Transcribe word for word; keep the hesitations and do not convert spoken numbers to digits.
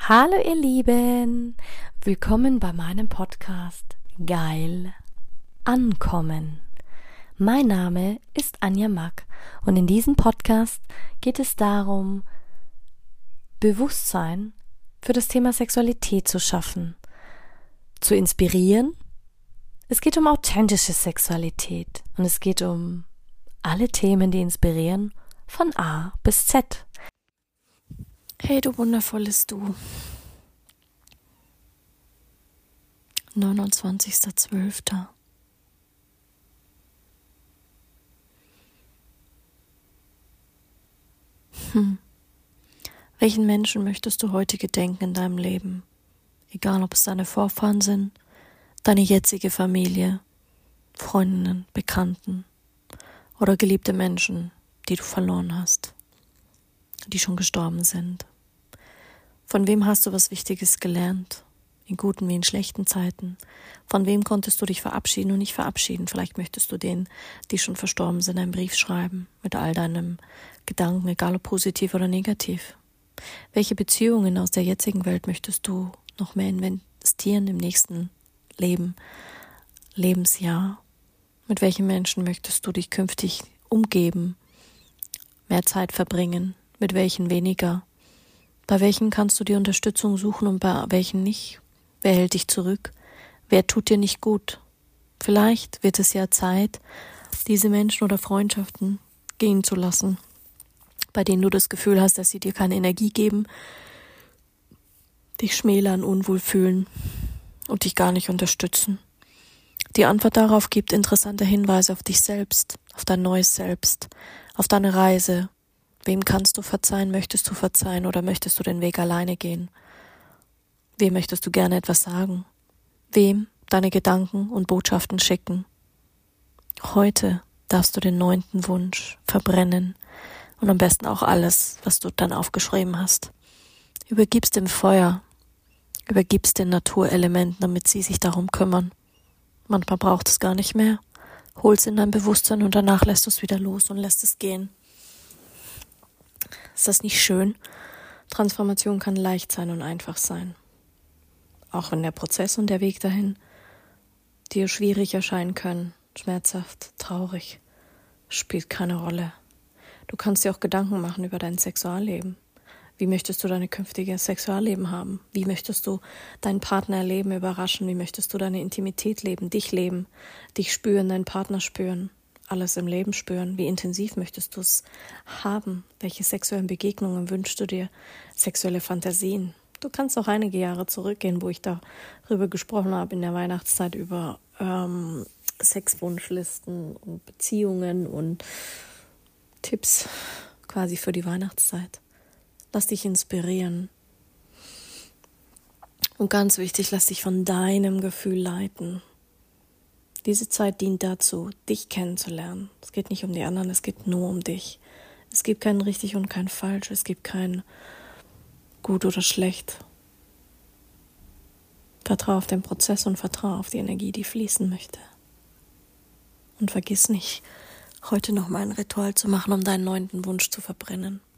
Hallo ihr Lieben, willkommen bei meinem Podcast Geil Ankommen. Mein Name ist Anja Mack und in diesem Podcast geht es darum, Bewusstsein für das Thema Sexualität zu schaffen, zu inspirieren. Es geht um authentische Sexualität und es geht um alle Themen, die inspirieren, von A bis Z. Hey du wundervolles Du. neunundzwanzigster zwölfter Hm. Welchen Menschen möchtest du heute gedenken in deinem Leben? Egal, ob es deine Vorfahren sind, deine jetzige Familie, Freundinnen, Bekannten oder geliebte Menschen, die du verloren hast, die schon gestorben sind. Von wem hast du was Wichtiges gelernt? In guten wie in schlechten Zeiten. Von wem konntest du dich verabschieden und nicht verabschieden? Vielleicht möchtest du denen, die schon verstorben sind, einen Brief schreiben mit all deinen Gedanken, egal ob positiv oder negativ. Welche Beziehungen aus der jetzigen Welt möchtest du noch mehr investieren im nächsten Leben, Lebensjahr? Mit welchen Menschen möchtest du dich künftig umgeben, mehr Zeit verbringen, mit welchen weniger? Bei welchen kannst du die Unterstützung suchen und bei welchen nicht? Wer hält dich zurück? Wer tut dir nicht gut? Vielleicht wird es ja Zeit, diese Menschen oder Freundschaften gehen zu lassen, bei denen du das Gefühl hast, dass sie dir keine Energie geben, dich schmälern, unwohl fühlen und dich gar nicht unterstützen. Die Antwort darauf gibt interessante Hinweise auf dich selbst, auf dein neues Selbst, auf deine Reise. Wem kannst du verzeihen? Möchtest du verzeihen oder möchtest du den Weg alleine gehen? Wem möchtest du gerne etwas sagen? Wem deine Gedanken und Botschaften schicken? Heute darfst du den neunten Wunsch verbrennen und am besten auch alles, was du dann aufgeschrieben hast. Übergib's dem Feuer, übergib's den Naturelementen, damit sie sich darum kümmern. Manchmal braucht es gar nicht mehr. Hol's in dein Bewusstsein und danach lässt du es wieder los und lässt es gehen. Ist das nicht schön? Transformation kann leicht sein und einfach sein. Auch wenn der Prozess und der Weg dahin dir schwierig erscheinen können, schmerzhaft, traurig, spielt keine Rolle. Du kannst dir auch Gedanken machen über dein Sexualleben. Wie möchtest du deine künftige Sexualleben haben? Wie möchtest du deinen Partner erleben, überraschen? Wie möchtest du deine Intimität leben, dich leben, dich spüren, deinen Partner spüren? Alles im Leben spüren. Wie intensiv möchtest du es haben? Welche sexuellen Begegnungen wünschst du dir? Sexuelle Fantasien. Du kannst auch einige Jahre zurückgehen, wo ich darüber gesprochen habe in der Weihnachtszeit über ähm, Sexwunschlisten und Beziehungen und Tipps quasi für die Weihnachtszeit. Lass dich inspirieren. Und ganz wichtig, lass dich von deinem Gefühl leiten. Diese Zeit dient dazu, dich kennenzulernen. Es geht nicht um die anderen, es geht nur um dich. Es gibt kein richtig und kein falsch, es gibt kein gut oder schlecht. Vertrau auf den Prozess und vertrau auf die Energie, die fließen möchte. Und vergiss nicht, heute noch mal ein Ritual zu machen, um deinen neunten Wunsch zu verbrennen.